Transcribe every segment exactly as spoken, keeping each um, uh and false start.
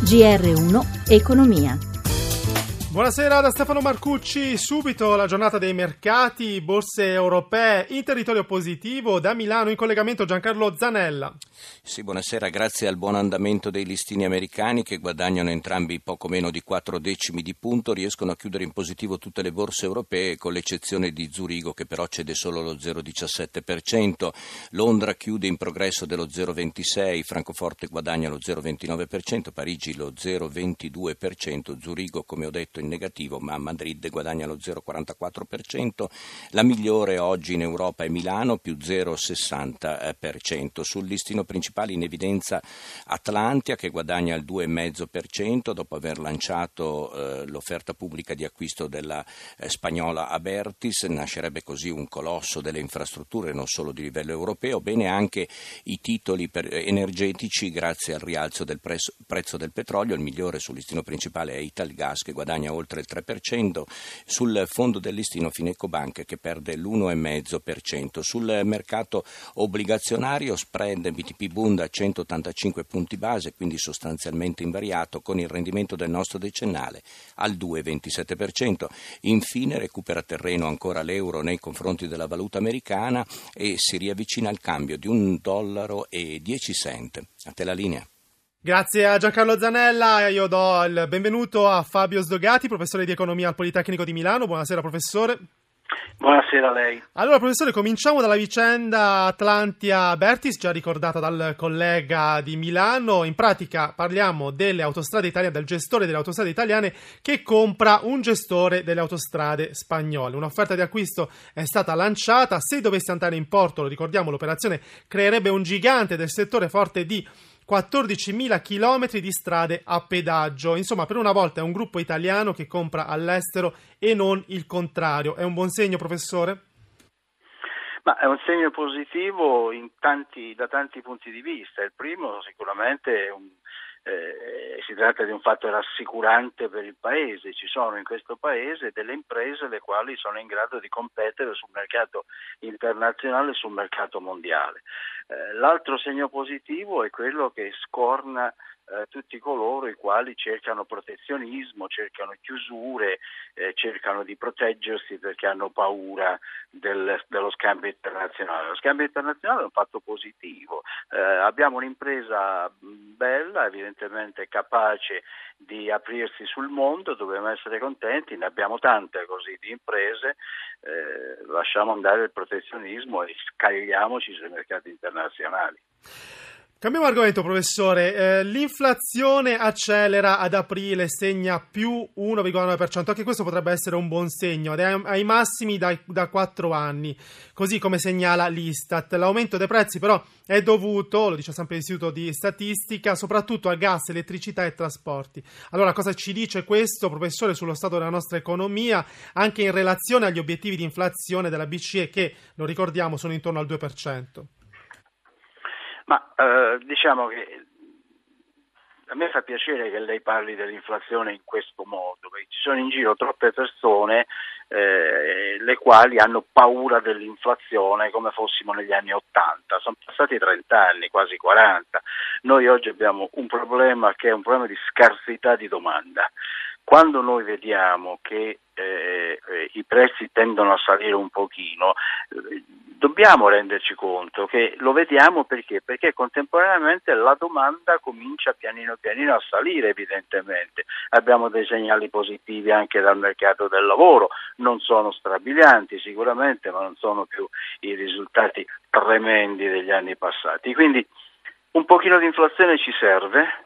G R uno Economia. Buonasera da Stefano Marcucci. Subito la giornata dei mercati, borse europee in territorio positivo. Da Milano in collegamento Giancarlo Zanella. Sì, buonasera. Grazie al buon andamento dei listini americani, che guadagnano entrambi poco meno di quattro decimi di punto, riescono a chiudere in positivo tutte le borse europee, con l'eccezione di Zurigo, che però cede solo lo zero virgola diciassette per cento. Londra chiude in progresso dello zero virgola ventisei, Francoforte guadagna lo zero virgola ventinove per cento, Parigi lo zero virgola ventidue per cento, Zurigo, come ho detto, in negativo, ma Madrid guadagna lo zero virgola quarantaquattro per cento. La migliore oggi in Europa è Milano, più zero virgola sessanta per cento. Sul listino principale in evidenza Atlantia, che guadagna il due virgola cinque per cento dopo aver lanciato eh, l'offerta pubblica di acquisto della eh, spagnola Abertis. Nascerebbe così un colosso delle infrastrutture, non solo di livello europeo. Bene anche i titoli per, eh, energetici, grazie al rialzo del prezzo, prezzo del petrolio. Il migliore sul listino principale è Italgas, che guadagna oltre il tre per cento. Sul fondo del listino Finecobank, che perde l'uno virgola cinque per cento. Sul mercato obbligazionario spread B T P Bund a centottantacinque punti base, quindi sostanzialmente invariato, con il rendimento del nostro decennale al due virgola ventisette per cento. Infine recupera terreno ancora l'euro nei confronti della valuta americana e si riavvicina al cambio di un dollaro e dieci cent. A te la linea. Grazie a Giancarlo Zanella. Io do il benvenuto a Fabio Sdogati, professore di economia al Politecnico di Milano. Buonasera professore. Buonasera a lei. Allora professore, cominciamo dalla vicenda Atlantia-Abertis, già ricordata dal collega di Milano. In pratica parliamo delle autostrade italiane, del gestore delle autostrade italiane che compra un gestore delle autostrade spagnole. Un'offerta di acquisto è stata lanciata. Se dovesse andare in porto, lo ricordiamo, l'operazione creerebbe un gigante del settore forte di quattordicimila chilometri di strade a pedaggio. Insomma, per una volta è un gruppo italiano che compra all'estero e non il contrario. È un buon segno, professore? Ma è un segno positivo in tanti, da tanti punti di vista. Il primo sicuramente è un, eh, si tratta di un fatto rassicurante per il Paese. Ci sono in questo Paese delle imprese le quali sono in grado di competere sul mercato internazionale e sul mercato mondiale. Eh, l'altro segno positivo è quello che scorna eh, tutti coloro i quali cercano protezionismo, cercano chiusure, eh, cercano di proteggersi perché hanno paura del, dello scambio internazionale. Lo scambio internazionale è un fatto positivo. Eh, abbiamo un'impresa bella, evidentemente capace di aprirsi sul mondo, dobbiamo essere contenti, ne abbiamo tante così di imprese, eh, lasciamo andare il protezionismo e scarichiamoci sui mercati internazionali. Cambiamo argomento, professore. Eh, l'inflazione accelera ad aprile, segna più uno virgola nove per cento. Anche questo potrebbe essere un buon segno, ed è ai massimi dai, da quattro anni, così come segnala l'Istat. L'aumento dei prezzi però è dovuto, lo dice sempre l'Istituto di Statistica, soprattutto a gas, elettricità e trasporti. Allora, cosa ci dice questo, professore, sullo stato della nostra economia, anche in relazione agli obiettivi di inflazione della B C E che, lo ricordiamo, sono intorno al due per cento? Ma eh, diciamo che a me fa piacere che lei parli dell'inflazione in questo modo, perché ci sono in giro troppe persone eh, le quali hanno paura dell'inflazione come fossimo negli anni ottanta. Sono passati trenta anni, quasi quaranta. Noi oggi abbiamo un problema che è un problema di scarsità di domanda. Quando noi vediamo che eh, eh, i prezzi tendono a salire un pochino, eh, dobbiamo renderci conto che lo vediamo perché? Perché contemporaneamente la domanda comincia pianino pianino a salire, evidentemente. Abbiamo dei segnali positivi anche dal mercato del lavoro, non sono strabilianti sicuramente, ma non sono più i risultati tremendi degli anni passati. Quindi un pochino di inflazione ci serve.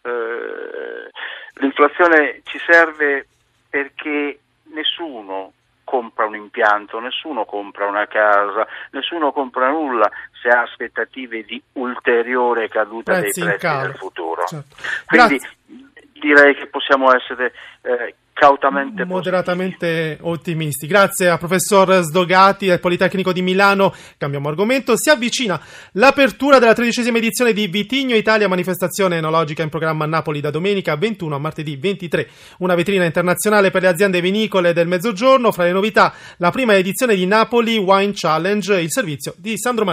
Eh, l'inflazione ci serve perché nessuno compra un impianto, nessuno compra una casa, nessuno compra nulla se ha aspettative di ulteriore caduta prezzi dei prezzi nel futuro. Certo. Quindi Grazie. direi che possiamo essere eh, cautamente moderatamente positivi. Ottimisti. Grazie a professor Sdogati del Politecnico di Milano. Cambiamo argomento. Si avvicina l'apertura della tredicesima edizione di Vitigno Italia, manifestazione enologica in programma a Napoli da domenica ventuno a martedì ventitré. Una vetrina internazionale per le aziende vinicole del Mezzogiorno. Fra le novità, la prima edizione di Napoli Wine Challenge, il servizio di Sandro Marini.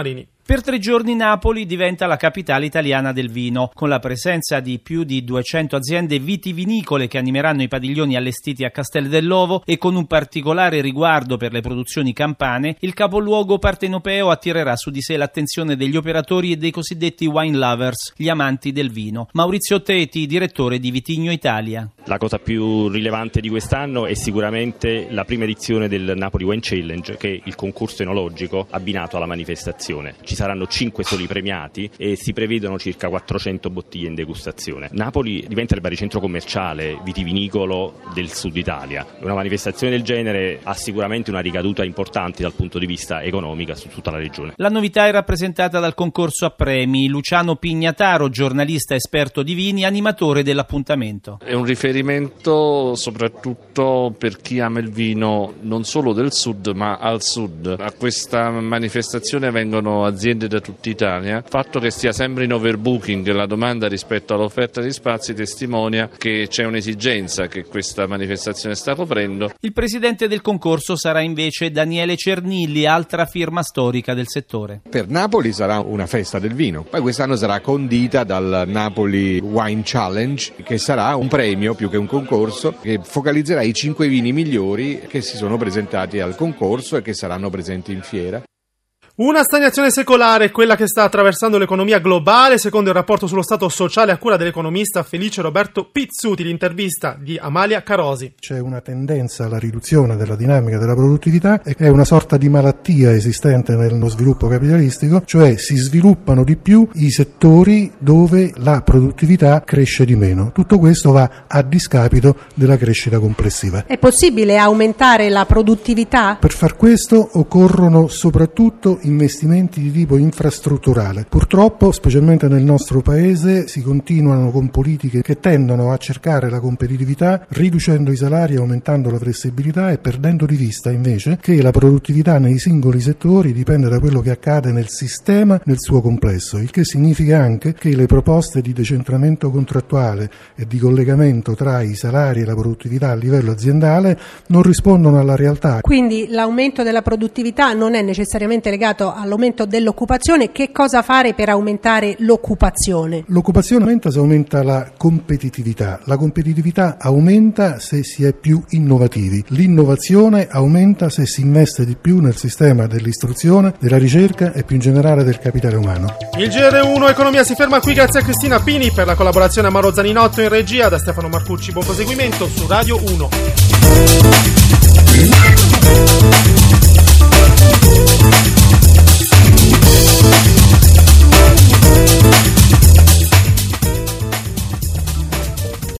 Per tre giorni Napoli diventa la capitale italiana del vino, con la presenza di più di duecento aziende vitivinicole che animeranno i padiglioni allestiti a Castel dell'Ovo e con un particolare riguardo per le produzioni campane, il capoluogo partenopeo attirerà su di sé l'attenzione degli operatori e dei cosiddetti wine lovers, gli amanti del vino. Maurizio Teti, direttore di Vitigno Italia. La cosa più rilevante di quest'anno è sicuramente la prima edizione del Napoli Wine Challenge, che è il concorso enologico abbinato alla manifestazione. Ci saranno cinque soli premiati e si prevedono circa quattrocento bottiglie in degustazione. Napoli diventa il baricentro commerciale vitivinicolo del sud Italia. Una manifestazione del genere ha sicuramente una ricaduta importante dal punto di vista economico su tutta la regione. La novità è rappresentata dal concorso a premi. Luciano Pignataro, giornalista esperto di vini, animatore dell'appuntamento. È un riferimento soprattutto per chi ama il vino non solo del sud ma al sud. A questa manifestazione vengono aziende da tutta Italia. Il fatto che stia sempre in overbooking la domanda rispetto all'offerta di spazi testimonia che c'è un'esigenza che questa manifestazione sta coprendo. Il presidente del concorso sarà invece Daniele Cernilli, altra firma storica del settore. Per Napoli sarà una festa del vino, poi quest'anno sarà condita dal Napoli Wine Challenge, che sarà un premio più che un concorso che focalizzerà i cinque vini migliori che si sono presentati al concorso e che saranno presenti in fiera. Una stagnazione secolare è quella che sta attraversando l'economia globale, secondo il rapporto sullo stato sociale a cura dell'economista Felice Roberto Pizzuti, l'intervista di Amalia Carosi. C'è una tendenza alla riduzione della dinamica della produttività e è una sorta di malattia esistente nello sviluppo capitalistico, cioè si sviluppano di più i settori dove la produttività cresce di meno. Tutto questo va a discapito della crescita complessiva. È possibile aumentare la produttività? Per far questo occorrono soprattutto investimenti di tipo infrastrutturale. Purtroppo, specialmente nel nostro paese, si continuano con politiche che tendono a cercare la competitività, riducendo i salari, aumentando la flessibilità e perdendo di vista invece che la produttività nei singoli settori dipende da quello che accade nel sistema nel suo complesso, il che significa anche che le proposte di decentramento contrattuale e di collegamento tra i salari e la produttività a livello aziendale non rispondono alla realtà. Quindi l'aumento della produttività non è necessariamente legato all'aumento dell'occupazione. Che cosa fare per aumentare l'occupazione? L'occupazione aumenta se aumenta la competitività. La competitività aumenta se si è più innovativi. L'innovazione aumenta se si investe di più nel sistema dell'istruzione, della ricerca e più in generale del capitale umano. Il G R uno Economia si ferma qui, grazie a Cristina Pini per la collaborazione, a Mauro Zaninotto in regia, da Stefano Marcucci. Buon proseguimento su Radio uno.